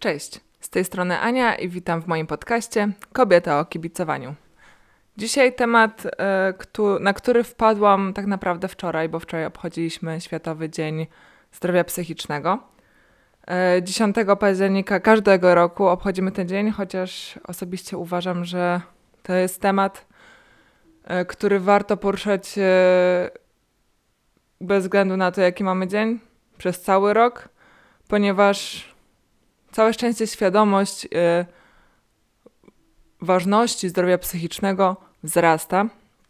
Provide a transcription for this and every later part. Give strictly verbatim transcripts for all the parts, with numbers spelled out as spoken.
Cześć, z tej strony Ania i witam w moim podcaście Kobieta o kibicowaniu. Dzisiaj temat, na który wpadłam tak naprawdę wczoraj, bo wczoraj obchodziliśmy Światowy Dzień Zdrowia Psychicznego. dziesiątego października każdego roku obchodzimy ten dzień, chociaż osobiście uważam, że to jest temat, który warto poruszać bez względu na to, jaki mamy dzień, przez cały rok, ponieważ całe szczęście świadomość yy, ważności zdrowia psychicznego wzrasta.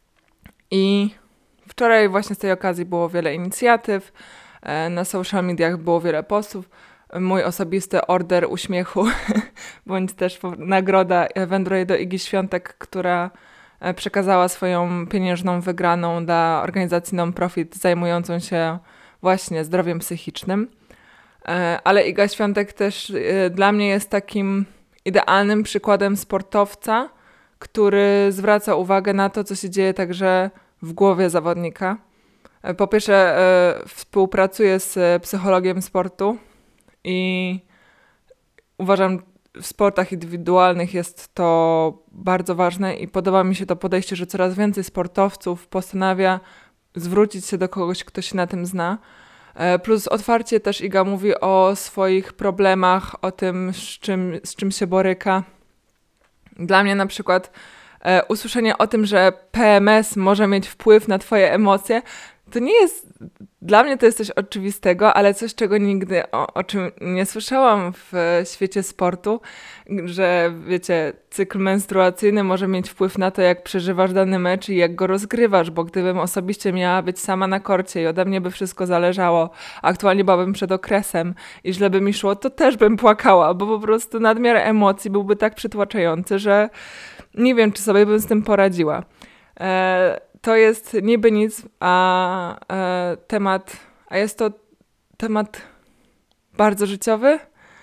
I wczoraj właśnie z tej okazji było wiele inicjatyw, yy, na social mediach było wiele postów. Mój osobisty order uśmiechu, bądź też nagroda wędruje do Igi Świątek, która przekazała swoją pieniężną wygraną dla organizacji non-profit zajmującą się właśnie zdrowiem psychicznym. Ale Iga Świątek też dla mnie jest takim idealnym przykładem sportowca, który zwraca uwagę na to, co się dzieje także w głowie zawodnika. Po pierwsze, współpracuje z psychologiem sportu i uważam, w sportach indywidualnych jest to bardzo ważne i podoba mi się to podejście, że coraz więcej sportowców postanawia zwrócić się do kogoś, kto się na tym zna. Plus otwarcie też Iga mówi o swoich problemach, o tym, z czym, z czym się boryka. Dla mnie na przykład e, usłyszenie o tym, że P M S może mieć wpływ na twoje emocje, to nie jest, dla mnie to jest coś oczywistego, ale coś, czego nigdy, o, o czym nie słyszałam w świecie sportu, że wiecie, cykl menstruacyjny może mieć wpływ na to, jak przeżywasz dany mecz i jak go rozgrywasz, bo gdybym osobiście miała być sama na korcie i ode mnie by wszystko zależało, aktualnie byłabym przed okresem i źle by mi szło, to też bym płakała, bo po prostu nadmiar emocji byłby tak przytłaczający, że nie wiem, czy sobie bym z tym poradziła. E, To jest niby nic, a e, temat, a jest to temat bardzo życiowy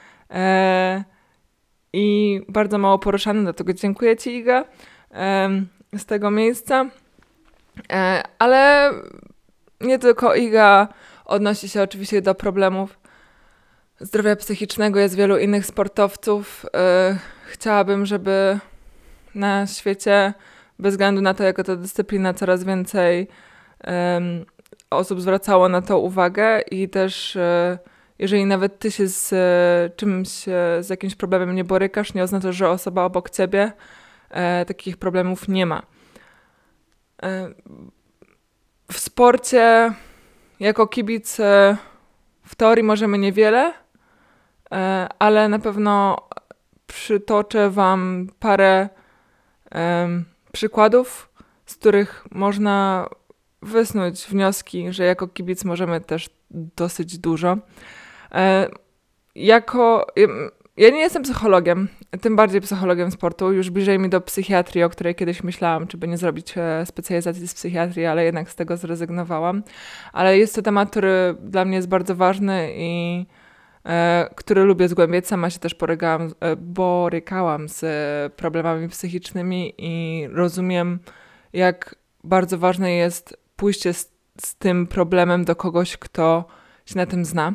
e, i bardzo mało poruszany, dlatego dziękuję Ci, Iga, e, z tego miejsca. E, ale nie tylko Iga odnosi się oczywiście do problemów zdrowia psychicznego, jest wielu innych sportowców. E, chciałabym, żeby na świecie, bez względu na to, jaka to dyscyplina, coraz więcej um, osób zwracało na to uwagę i też e, jeżeli nawet ty się z e, czymś, e, z jakimś problemem nie borykasz, nie oznacza, że osoba obok ciebie e, takich problemów nie ma. E, w sporcie jako kibic e, w teorii możemy niewiele, e, ale na pewno przytoczę wam parę e, przykładów, z których można wysnuć wnioski, że jako kibic możemy też dosyć dużo. E, jako... Ja nie jestem psychologiem, tym bardziej psychologiem sportu, już bliżej mi do psychiatrii, o której kiedyś myślałam, czy by nie zrobić specjalizacji z psychiatrii, ale jednak z tego zrezygnowałam. Ale jest to temat, który dla mnie jest bardzo ważny i e, który lubię zgłębiać. Sama się też borykałam, e, borykałam z problemami psychicznymi i rozumiem, jak bardzo ważne jest pójście z, z tym problemem do kogoś, kto się na tym zna.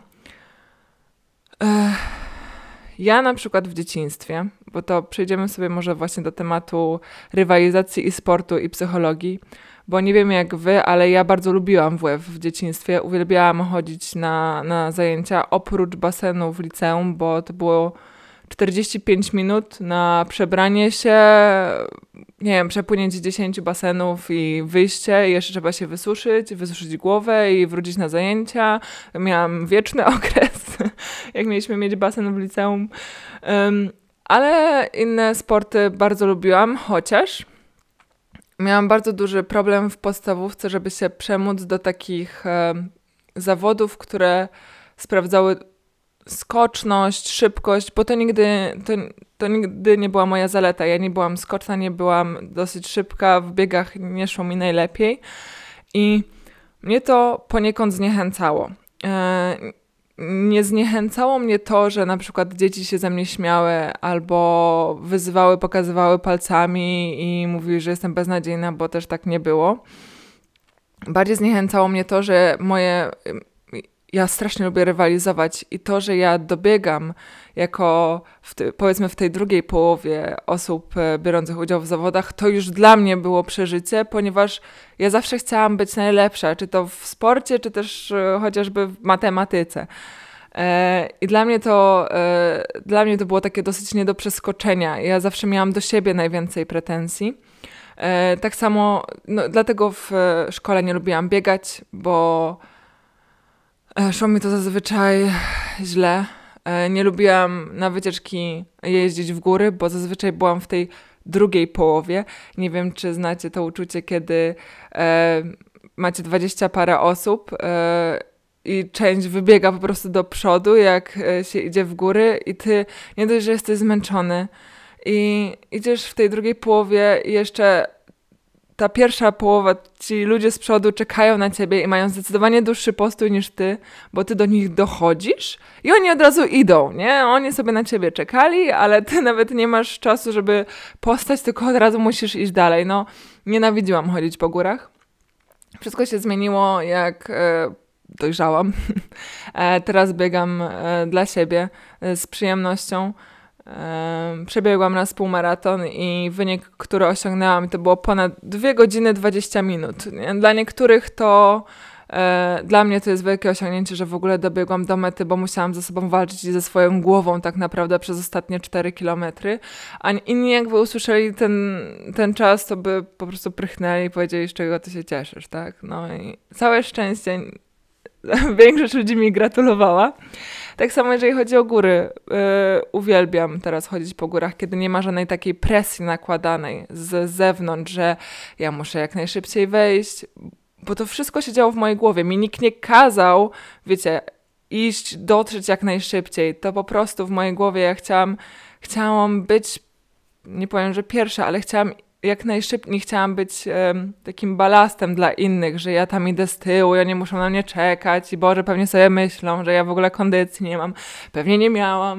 E, Ja na przykład w dzieciństwie, bo to przejdziemy sobie może właśnie do tematu rywalizacji i sportu i psychologii, bo nie wiem jak wy, ale ja bardzo lubiłam W F w dzieciństwie, uwielbiałam chodzić na, na zajęcia oprócz basenu w liceum, bo to było czterdzieści pięć minut na przebranie się, nie wiem, przepłynięcie dziesięciu basenów i wyjście, i jeszcze trzeba się wysuszyć, wysuszyć głowę i wrócić na zajęcia. Miałam wieczny okres, jak mieliśmy mieć basen w liceum. Um, ale inne sporty bardzo lubiłam, chociaż miałam bardzo duży problem w podstawówce, żeby się przemóc do takich um, zawodów, które sprawdzały skoczność, szybkość, bo to nigdy, to, to nigdy nie była moja zaleta. Ja nie byłam skoczna, nie byłam dosyć szybka, w biegach nie szło mi najlepiej i mnie to poniekąd zniechęcało. E, nie zniechęcało mnie to, że na przykład dzieci się ze mnie śmiały albo wyzywały, pokazywały palcami i mówiły, że jestem beznadziejna, bo też tak nie było. Bardziej zniechęcało mnie to, że moje... ja strasznie lubię rywalizować i to, że ja dobiegam jako w te, powiedzmy w tej drugiej połowie osób biorących udział w zawodach, to już dla mnie było przeżycie, ponieważ ja zawsze chciałam być najlepsza, czy to w sporcie, czy też chociażby w matematyce. I dla mnie to dla mnie to było takie dosyć nie do przeskoczenia. Ja zawsze miałam do siebie najwięcej pretensji. Tak samo, no, dlatego w szkole nie lubiłam biegać, bo szło mi to zazwyczaj źle. Nie lubiłam na wycieczki jeździć w góry, bo zazwyczaj byłam w tej drugiej połowie. Nie wiem, czy znacie to uczucie, kiedy e, macie dwadzieścia parę osób e, i część wybiega po prostu do przodu, jak się idzie w góry i ty nie dość, że jesteś zmęczony i idziesz w tej drugiej połowie i jeszcze ta pierwsza połowa, ci ludzie z przodu czekają na ciebie i mają zdecydowanie dłuższy postój niż ty, bo ty do nich dochodzisz i oni od razu idą, nie? Oni sobie na ciebie czekali, ale ty nawet nie masz czasu, żeby postać, tylko od razu musisz iść dalej. No, nienawidziłam chodzić po górach. Wszystko się zmieniło, jak e, dojrzałam. e, teraz biegam e, dla siebie e, z przyjemnością. Przebiegłam raz półmaraton i wynik, który osiągnęłam, to było ponad dwie godziny dwadzieścia minut. Dla niektórych to, e, dla mnie to jest wielkie osiągnięcie, że w ogóle dobiegłam do mety, bo musiałam ze sobą walczyć ze swoją głową tak naprawdę przez ostatnie cztery kilometry, a inni jakby usłyszeli ten, ten czas, to by po prostu prychnęli i powiedzieli, z czego ty się cieszysz, tak? No i całe szczęście większość ludzi mi gratulowała. Tak samo jeżeli chodzi o góry, yy, uwielbiam teraz chodzić po górach, kiedy nie ma żadnej takiej presji nakładanej z zewnątrz, że ja muszę jak najszybciej wejść, bo to wszystko się działo w mojej głowie. Mi nikt nie kazał, wiecie, iść, dotrzeć jak najszybciej. To po prostu w mojej głowie ja chciałam, chciałam być, nie powiem, że pierwsza, ale chciałam jak najszybciej, nie chciałam być um, takim balastem dla innych, że ja tam idę z tyłu i oni muszą na mnie czekać i Boże, pewnie sobie myślą, że ja w ogóle kondycji nie mam. Pewnie nie miałam.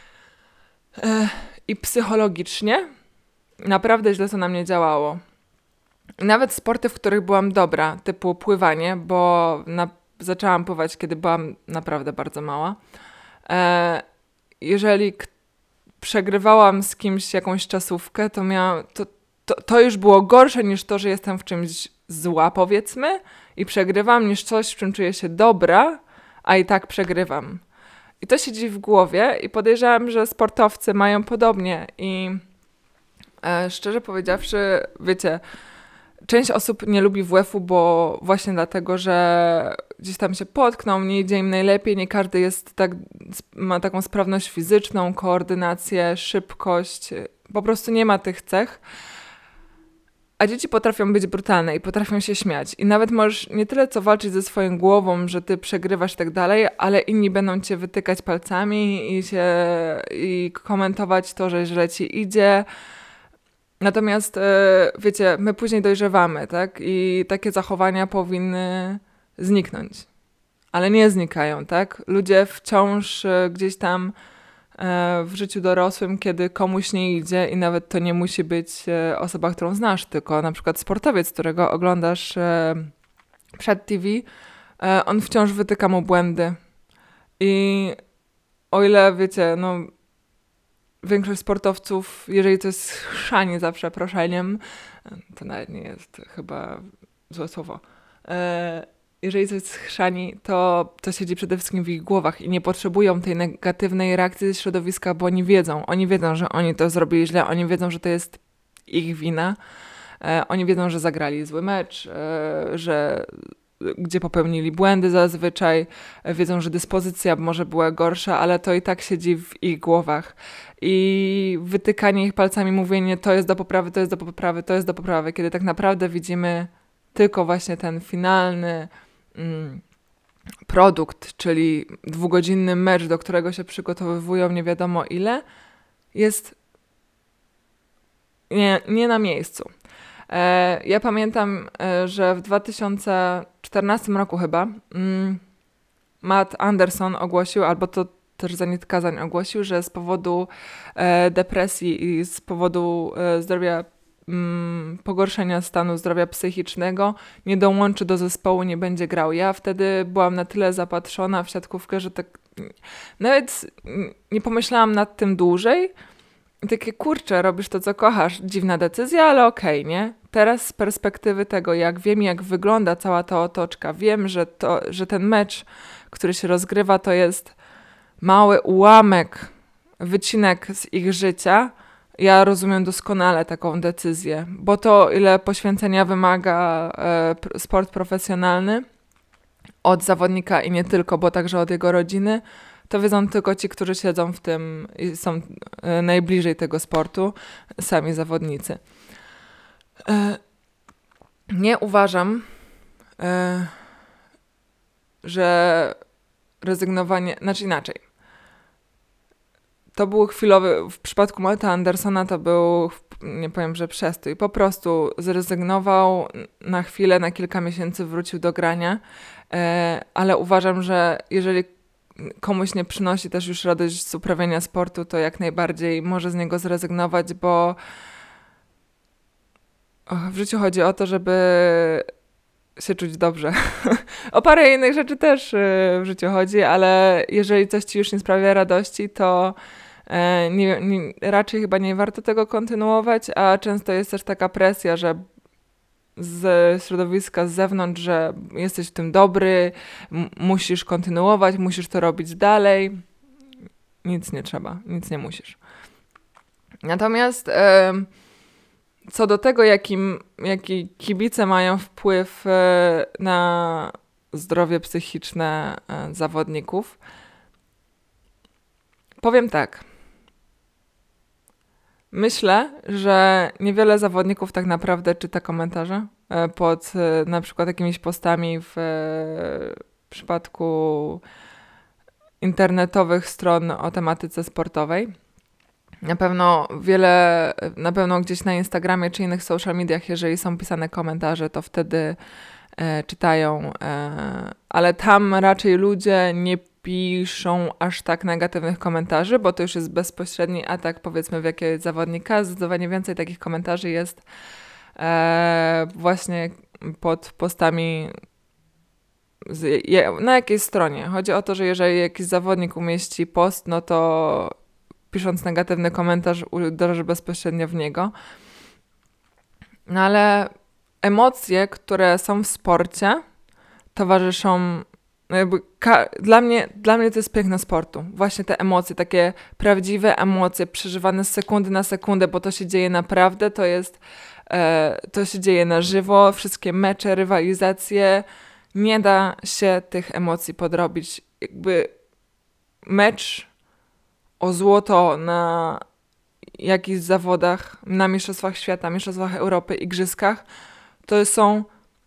Ech, I psychologicznie naprawdę źle to na mnie działało. Nawet sporty, w których byłam dobra, typu pływanie, bo na, zaczęłam pływać, kiedy byłam naprawdę bardzo mała. E, jeżeli k- przegrywałam z kimś jakąś czasówkę, to miałam... To, To, to już było gorsze niż to, że jestem w czymś zła, powiedzmy, i przegrywam, niż coś, w czym czuję się dobra, a i tak przegrywam. I to siedzi w głowie i podejrzewam, że sportowcy mają podobnie. I e, szczerze powiedziawszy, wiecie, część osób nie lubi W F-u, bo właśnie dlatego, że gdzieś tam się potkną, nie idzie im najlepiej, nie każdy jest tak, ma taką sprawność fizyczną, koordynację, szybkość, po prostu nie ma tych cech. A dzieci potrafią być brutalne i potrafią się śmiać. I nawet możesz nie tyle co walczyć ze swoją głową, że ty przegrywasz i tak dalej, ale inni będą cię wytykać palcami i się i komentować to, że źle ci idzie. Natomiast e, wiecie, my później dojrzewamy, tak? I takie zachowania powinny zniknąć. Ale nie znikają, tak? Ludzie wciąż e, gdzieś tam w życiu dorosłym, kiedy komuś nie idzie i nawet to nie musi być osoba, którą znasz, tylko na przykład sportowiec, którego oglądasz przed T V, on wciąż wytyka mu błędy. I o ile, wiecie, no większość sportowców, jeżeli to jest chrzanie za przeproszeniem, to nawet nie jest chyba złe słowo, jeżeli coś jest chrzani, to to siedzi przede wszystkim w ich głowach i nie potrzebują tej negatywnej reakcji ze środowiska, bo oni wiedzą, oni wiedzą, że oni to zrobili źle, oni wiedzą, że to jest ich wina, e, oni wiedzą, że zagrali zły mecz, e, że gdzie popełnili błędy zazwyczaj, e, wiedzą, że dyspozycja może była gorsza, ale to i tak siedzi w ich głowach. I wytykanie ich palcami, mówienie to jest do poprawy, to jest do poprawy, to jest do poprawy, kiedy tak naprawdę widzimy tylko właśnie ten finalny produkt, czyli dwugodzinny mecz, do którego się przygotowywują nie wiadomo ile, jest nie, nie na miejscu. E, ja pamiętam, e, że w dwa tysiące czternastym roku chyba mm, Matt Anderson ogłosił, albo to też Zenit Kazań ogłosił, że z powodu e, depresji i z powodu e, zdrowia mm, pogorszenia stanu zdrowia psychicznego, nie dołączy do zespołu, nie będzie grał. Ja wtedy byłam na tyle zapatrzona w siatkówkę, że tak nawet nie pomyślałam nad tym dłużej. I takie, kurczę, robisz to, co kochasz. Dziwna decyzja, ale okej, okay, nie? Teraz z perspektywy tego, jak wiem, jak wygląda cała ta otoczka, wiem, że, to, że ten mecz, który się rozgrywa, to jest mały ułamek, wycinek z ich życia. Ja rozumiem doskonale taką decyzję, bo to, ile poświęcenia wymaga e, sport profesjonalny od zawodnika i nie tylko, bo także od jego rodziny, to wiedzą tylko ci, którzy siedzą w tym i są e, najbliżej tego sportu, sami zawodnicy. E, nie uważam, e, że rezygnowanie, znaczy inaczej. To był chwilowy, w przypadku Malta Andersona to był, nie powiem, że przestój. Po prostu zrezygnował na chwilę, na kilka miesięcy wrócił do grania, e, ale uważam, że jeżeli komuś nie przynosi też już radość z uprawiania sportu, to jak najbardziej może z niego zrezygnować, bo w życiu chodzi o to, żeby się czuć dobrze. O parę innych rzeczy też w życiu chodzi, ale jeżeli coś ci już nie sprawia radości, to nie, nie, raczej chyba nie warto tego kontynuować, a często jest też taka presja, że z środowiska z zewnątrz, że jesteś w tym dobry, m- musisz kontynuować, musisz to robić dalej. Nic nie trzeba, nic nie musisz. Natomiast e, co do tego, jakim, jaki kibice mają wpływ e, na zdrowie psychiczne e, zawodników, powiem tak. Myślę, że niewiele zawodników tak naprawdę czyta komentarze pod na przykład jakimiś postami w przypadku internetowych stron o tematyce sportowej. Na pewno wiele, na pewno gdzieś na Instagramie czy innych social mediach, jeżeli są pisane komentarze, to wtedy e, czytają, e, ale tam raczej ludzie nie piszą aż tak negatywnych komentarzy, bo to już jest bezpośredni atak, powiedzmy, w jakiegoś zawodnika. Zdecydowanie więcej takich komentarzy jest e, właśnie pod postami z, je, na jakiej stronie. Chodzi o to, że jeżeli jakiś zawodnik umieści post, no to pisząc negatywny komentarz uderzy bezpośrednio w niego. No ale emocje, które są w sporcie, towarzyszą jakby ka- dla mnie, dla mnie to jest piękno sportu. Właśnie te emocje, takie prawdziwe emocje, przeżywane z sekundy na sekundę, bo to się dzieje naprawdę, to jest, e, to się dzieje na żywo, wszystkie mecze, rywalizacje, nie da się tych emocji podrobić. Jakby mecz o złoto na jakichś zawodach, na mistrzostwach świata, mistrzostwach Europy, igrzyskach, to są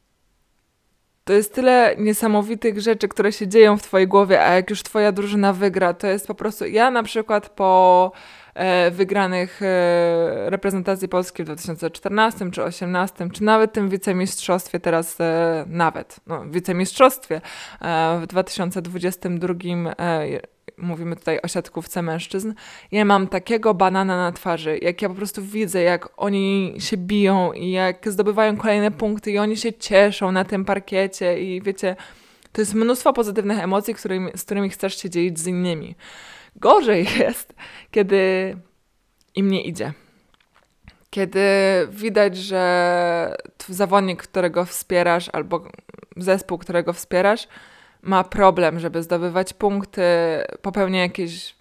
To jest tyle niesamowitych rzeczy, które się dzieją w twojej głowie, a jak już twoja drużyna wygra, to jest po prostu... Ja na przykład po e, wygranych e, reprezentacji Polski w dwa tysiące czternastym czy osiemnastym, czy nawet tym wicemistrzostwie teraz, e, nawet, no wicemistrzostwie e, w dwa tysiące dwudziestym drugim, e, mówimy tutaj o siatkówce mężczyzn, ja mam takiego banana na twarzy, jak ja po prostu widzę, jak oni się biją i jak zdobywają kolejne punkty i oni się cieszą na tym parkiecie i wiecie, to jest mnóstwo pozytywnych emocji, którymi, z którymi chcesz się dzielić z innymi. Gorzej jest, kiedy im nie idzie. Kiedy widać, że zawodnik, którego wspierasz, albo zespół, którego wspierasz, ma problem, żeby zdobywać punkty, popełnia jakieś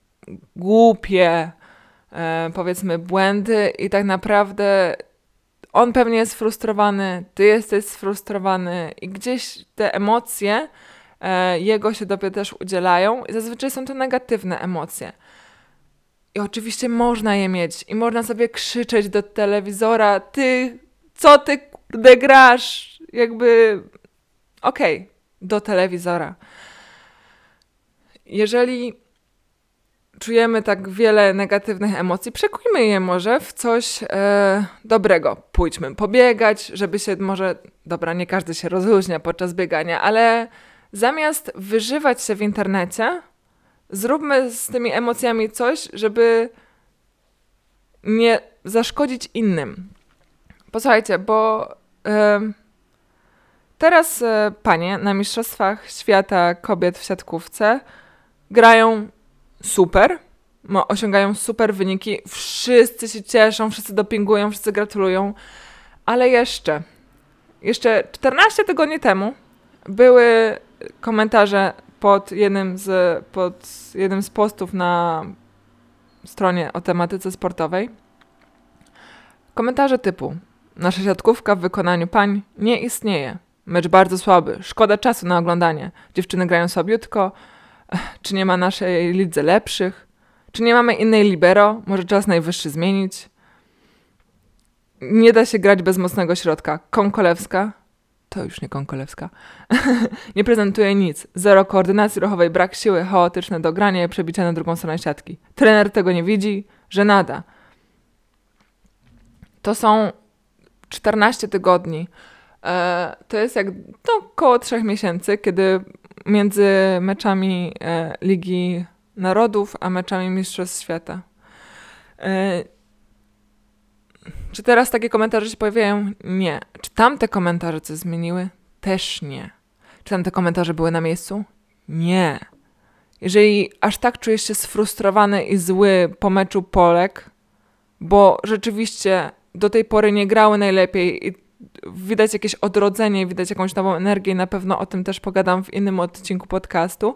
głupie, e, powiedzmy, błędy i tak naprawdę on pewnie jest sfrustrowany, ty jesteś sfrustrowany i gdzieś te emocje e, jego się tobie też udzielają i zazwyczaj są to negatywne emocje. I oczywiście można je mieć i można sobie krzyczeć do telewizora, ty, co ty kurde grasz? Jakby, okej. Okay. Do telewizora. Jeżeli czujemy tak wiele negatywnych emocji, przekujmy je może w coś e, dobrego. Pójdźmy pobiegać, żeby się może... Dobra, nie każdy się rozluźnia podczas biegania, ale zamiast wyżywać się w internecie, zróbmy z tymi emocjami coś, żeby nie zaszkodzić innym. Posłuchajcie, bo y, teraz y, panie na Mistrzostwach Świata Kobiet w siatkówce grają super, mo, osiągają super wyniki, wszyscy się cieszą, wszyscy dopingują, wszyscy gratulują, ale jeszcze, jeszcze czternaście tygodni temu były komentarze pod jednym z, pod jednym z postów na stronie o tematyce sportowej. Komentarze typu: nasza siatkówka w wykonaniu pań nie istnieje. Mecz bardzo słaby. Szkoda czasu na oglądanie. Dziewczyny grają słabiutko. Czy nie ma naszej lidze lepszych? Czy nie mamy innej libero? Może czas najwyższy zmienić? Nie da się grać bez mocnego środka. Konkolewska? To już nie Konkolewska. Nie prezentuje nic. Zero koordynacji ruchowej, brak siły, chaotyczne dogranie i przebicie na drugą stronę siatki. Trener tego nie widzi, że nada. To są czternaście tygodni. E, to jest jak to około trzech miesięcy, kiedy między meczami e, Ligi Narodów a meczami Mistrzostw Świata. E, czy teraz takie komentarze się pojawiają? Nie. Czy tamte komentarze coś zmieniły? Też nie. Czy tamte komentarze były na miejscu? Nie. Jeżeli aż tak czujesz się sfrustrowany i zły po meczu Polek, bo rzeczywiście do tej pory nie grały najlepiej i widać jakieś odrodzenie, widać jakąś nową energię i na pewno o tym też pogadam w innym odcinku podcastu,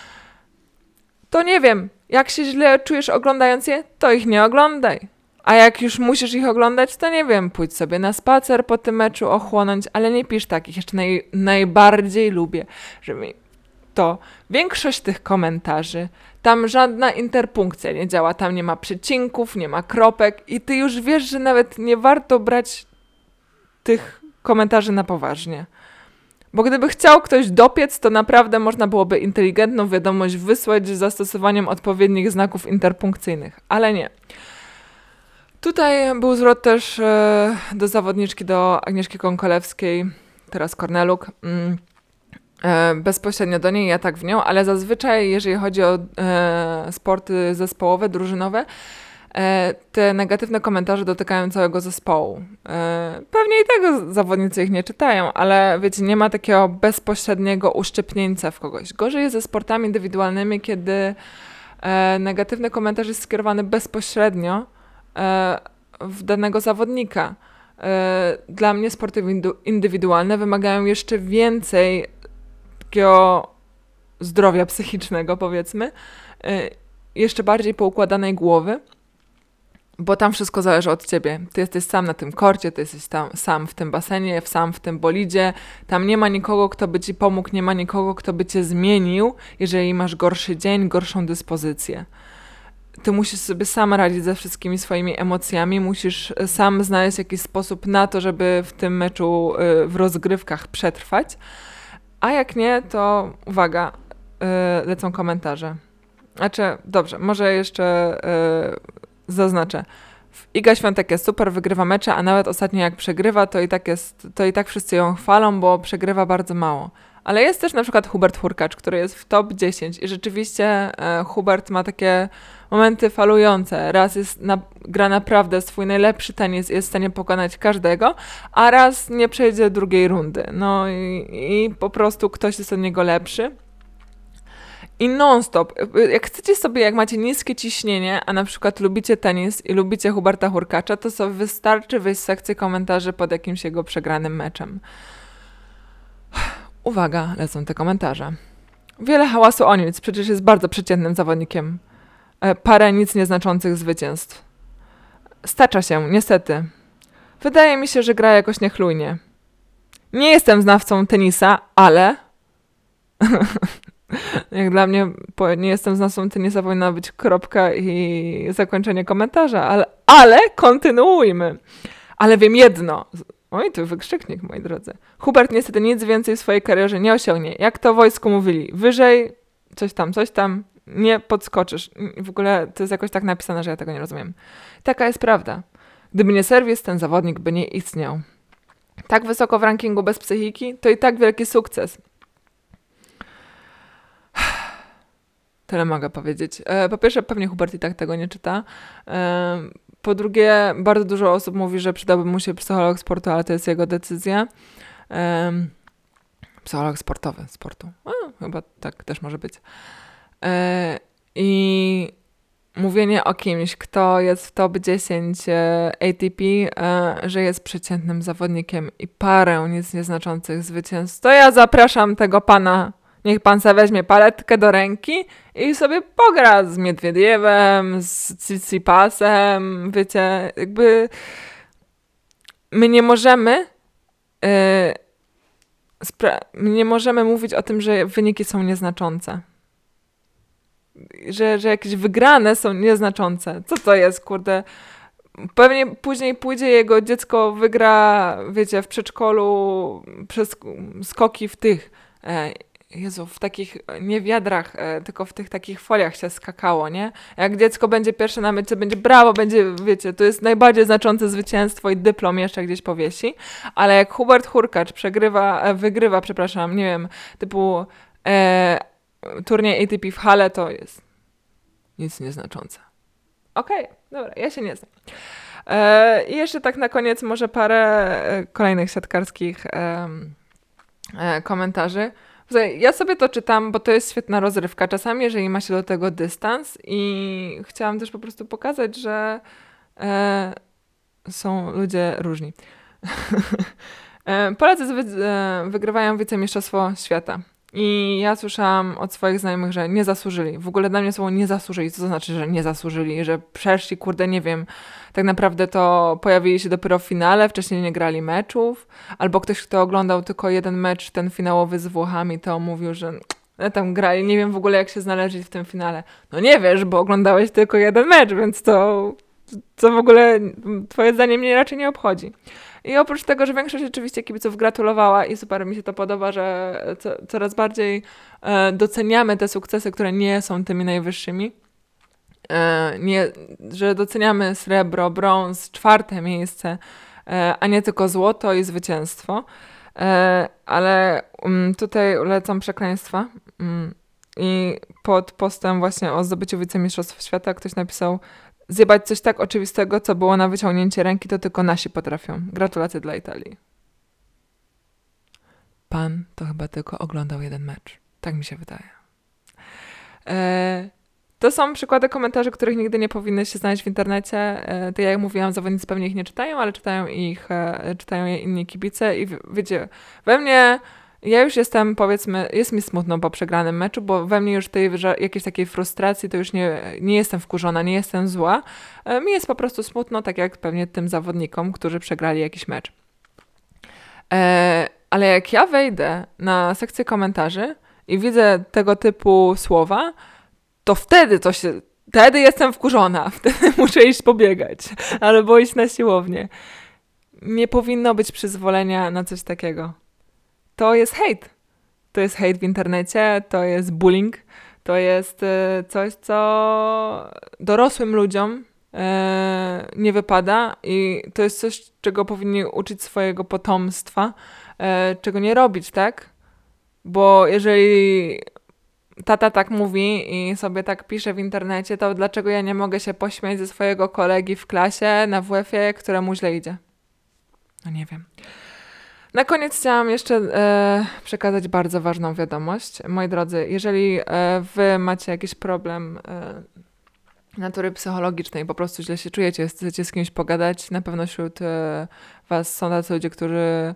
to nie wiem, jak się źle czujesz oglądając je, to ich nie oglądaj. A jak już musisz ich oglądać, to nie wiem, pójdź sobie na spacer po tym meczu, ochłonąć, ale nie pisz takich. Jeszcze naj, najbardziej lubię, żeby to większość tych komentarzy, tam żadna interpunkcja nie działa, tam nie ma przecinków, nie ma kropek i ty już wiesz, że nawet nie warto brać tych komentarzy na poważnie. Bo gdyby chciał ktoś dopiec, to naprawdę można byłoby inteligentną wiadomość wysłać z zastosowaniem odpowiednich znaków interpunkcyjnych, ale nie. Tutaj był zwrot też e, do zawodniczki, do Agnieszki Konkolewskiej, teraz Korneluk, mm, e, bezpośrednio do niej, ja tak w nią, ale zazwyczaj, jeżeli chodzi o e, sporty zespołowe, drużynowe, e, te negatywne komentarze dotykają całego zespołu. E, pewnie i tego zawodnicy ich nie czytają, ale wiecie, nie ma takiego bezpośredniego uszczypnięcia w kogoś. Gorzej jest ze sportami indywidualnymi, kiedy e, negatywny komentarz jest skierowany bezpośrednio w danego zawodnika. Dla mnie sporty indywidualne wymagają jeszcze więcej takiego zdrowia psychicznego, powiedzmy, jeszcze bardziej poukładanej głowy, bo tam wszystko zależy od ciebie. Ty jesteś sam na tym korcie, ty jesteś tam, sam w tym basenie, sam w tym bolidzie. Tam nie ma nikogo, kto by ci pomógł, nie ma nikogo, kto by cię zmienił, jeżeli masz gorszy dzień, gorszą dyspozycję. Ty musisz sobie sam radzić ze wszystkimi swoimi emocjami, musisz sam znaleźć jakiś sposób na to, żeby w tym meczu, w rozgrywkach przetrwać. A jak nie, to uwaga, lecą komentarze. Znaczy, dobrze, może jeszcze zaznaczę. Iga Świątek jest super, wygrywa mecze, a nawet ostatnio jak przegrywa, to i tak jest, to i tak wszyscy ją chwalą, bo przegrywa bardzo mało. Ale jest też na przykład Hubert Hurkacz, który jest w top dziesięć i rzeczywiście e, Hubert ma takie momenty falujące. Raz jest na, gra naprawdę swój najlepszy tenis, jest w stanie pokonać każdego, a raz nie przejdzie drugiej rundy. No i, i po prostu ktoś jest od niego lepszy. I non-stop. Jak chcecie sobie, jak macie niskie ciśnienie, a na przykład lubicie tenis i lubicie Huberta Hurkacza, to sobie wystarczy wyjść z sekcji komentarzy pod jakimś jego przegranym meczem. Uwaga, lecą te komentarze. Wiele hałasu o nic, przecież jest bardzo przeciętnym zawodnikiem. E, parę nic nieznaczących zwycięstw. Stacza się, niestety. Wydaje mi się, że gra jakoś niechlujnie. Nie jestem znawcą tenisa, ale... Jak dla mnie, po, nie jestem znawcą tenisa, powinna być kropka i zakończenie komentarza, ale, ale kontynuujmy. Ale wiem jedno... Oj, to wykrzyknik, moi drodzy. Hubert niestety nic więcej w swojej karierze nie osiągnie. Jak to w wojsku mówili, wyżej, coś tam, coś tam, nie podskoczysz. W ogóle to jest jakoś tak napisane, że ja tego nie rozumiem. Taka jest prawda. Gdyby nie serwis, ten zawodnik by nie istniał. Tak wysoko w rankingu bez psychiki, to i tak wielki sukces. Tyle mogę powiedzieć. Po pierwsze, pewnie Hubert i tak tego nie czyta. po drugie, bardzo dużo osób mówi, że przydałby mu się psycholog sportu, ale to jest jego decyzja. Um, psycholog sportowy, sportu. A, chyba tak też może być. E, I mówienie o kimś, kto jest w top dziesięć A T P, e, że jest przeciętnym zawodnikiem i parę nic nieznaczących zwycięstw, to ja zapraszam tego pana. Niech pan sobie weźmie paletkę do ręki i sobie pogra z Miedwiediewem, z Tsitsipasem, wiecie, jakby my nie możemy yy, spra- my nie możemy mówić o tym, że wyniki są nieznaczące. Że, że jakieś wygrane są nieznaczące. Co to jest, kurde? Pewnie później pójdzie jego dziecko, wygra, wiecie, w przedszkolu przez skoki w tych... E, Jezu, w takich, nie wiadrach, e, tylko w tych takich foliach się skakało, nie? Jak dziecko będzie pierwsze na mecie, będzie brawo, będzie, wiecie, to jest najbardziej znaczące zwycięstwo i dyplom jeszcze gdzieś powiesi, ale jak Hubert Hurkacz przegrywa, e, wygrywa, przepraszam, nie wiem, typu e, turniej A T P w hale, to jest nic nieznaczące. Okej, okay, dobra, ja się nie znam. E, I jeszcze tak na koniec może parę e, kolejnych siatkarskich e, e, komentarzy. Ja sobie to czytam, bo to jest świetna rozrywka. Czasami, jeżeli ma się do tego dystans i chciałam też po prostu pokazać, że e, są ludzie różni. e, Polacy wy, e, wygrywają wicemistrzostwo świata. I ja słyszałam od swoich znajomych, że nie zasłużyli. W ogóle dla mnie słowo nie zasłużyli. Co to znaczy, że nie zasłużyli? Że przeszli, kurde, nie wiem. Tak naprawdę to pojawili się dopiero w finale, wcześniej nie grali meczów. Albo ktoś, kto oglądał tylko jeden mecz, ten finałowy z Włochami, to mówił, że tam grali. Nie wiem w ogóle, jak się znaleźli w tym finale. No nie wiesz, bo oglądałeś tylko jeden mecz, więc to, co w ogóle twoje zdanie mnie raczej nie obchodzi. I oprócz tego, że większość oczywiście kibiców gratulowała i super mi się to podoba, że co, coraz bardziej e, doceniamy te sukcesy, które nie są tymi najwyższymi. E, nie, że doceniamy srebro, brąz, czwarte miejsce, e, a nie tylko złoto i zwycięstwo. E, ale um, tutaj ulecam przekleństwa. Um, I pod postem właśnie o zdobyciu wicemistrzostw świata ktoś napisał: zjebać coś tak oczywistego, co było na wyciągnięcie ręki, to tylko nasi potrafią. Gratulacje dla Italii. Pan to chyba tylko oglądał jeden mecz. Tak mi się wydaje. E, to są przykłady komentarzy, których nigdy nie powinny się znaleźć w internecie. E, tak jak mówiłam, zawodnicy pewnie ich nie czytają, ale czytają ich, e, czytają je inni kibice i w, wiecie, we mnie... Ja już jestem, powiedzmy, jest mi smutno po przegranym meczu, bo we mnie już tej jakiejś takiej frustracji to już nie, nie jestem wkurzona, nie jestem zła. E, mi jest po prostu smutno, tak jak pewnie tym zawodnikom, którzy przegrali jakiś mecz. E, ale jak ja wejdę na sekcję komentarzy i widzę tego typu słowa, to wtedy to się, wtedy jestem wkurzona, wtedy muszę iść pobiegać albo iść na siłownię. Nie powinno być przyzwolenia na coś takiego. To jest hejt. To jest hejt w internecie, to jest bullying, to jest coś, co dorosłym ludziom nie wypada i to jest coś, czego powinni uczyć swojego potomstwa, czego nie robić, tak? Bo jeżeli tata tak mówi i sobie tak pisze w internecie, to dlaczego ja nie mogę się pośmiać ze swojego kolegi w klasie na W F-ie, któremu źle idzie? No nie wiem. Na koniec chciałam jeszcze e, przekazać bardzo ważną wiadomość. Moi drodzy, jeżeli e, wy macie jakiś problem e, natury psychologicznej, po prostu źle się czujecie, chcecie z kimś pogadać, na pewno wśród e, was są tacy ludzie, którzy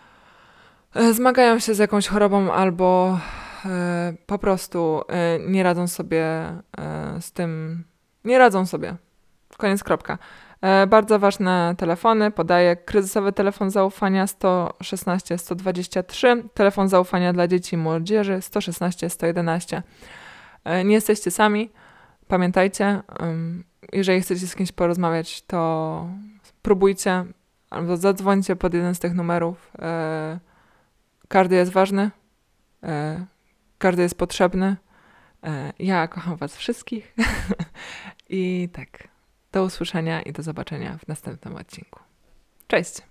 e, zmagają się z jakąś chorobą albo e, po prostu e, nie radzą sobie e, z tym, nie radzą sobie. Koniec, kropka. E, bardzo ważne telefony, podaję kryzysowy telefon zaufania sto szesnaście sto dwadzieścia trzy, telefon zaufania dla dzieci i młodzieży sto szesnaście sto jedenaście. E, nie jesteście sami, pamiętajcie, um, jeżeli chcecie z kimś porozmawiać, to próbujcie albo zadzwońcie pod jeden z tych numerów. E, każdy jest ważny, e, każdy jest potrzebny. E, ja kocham was wszystkich i tak. Do usłyszenia i do zobaczenia w następnym odcinku. Cześć!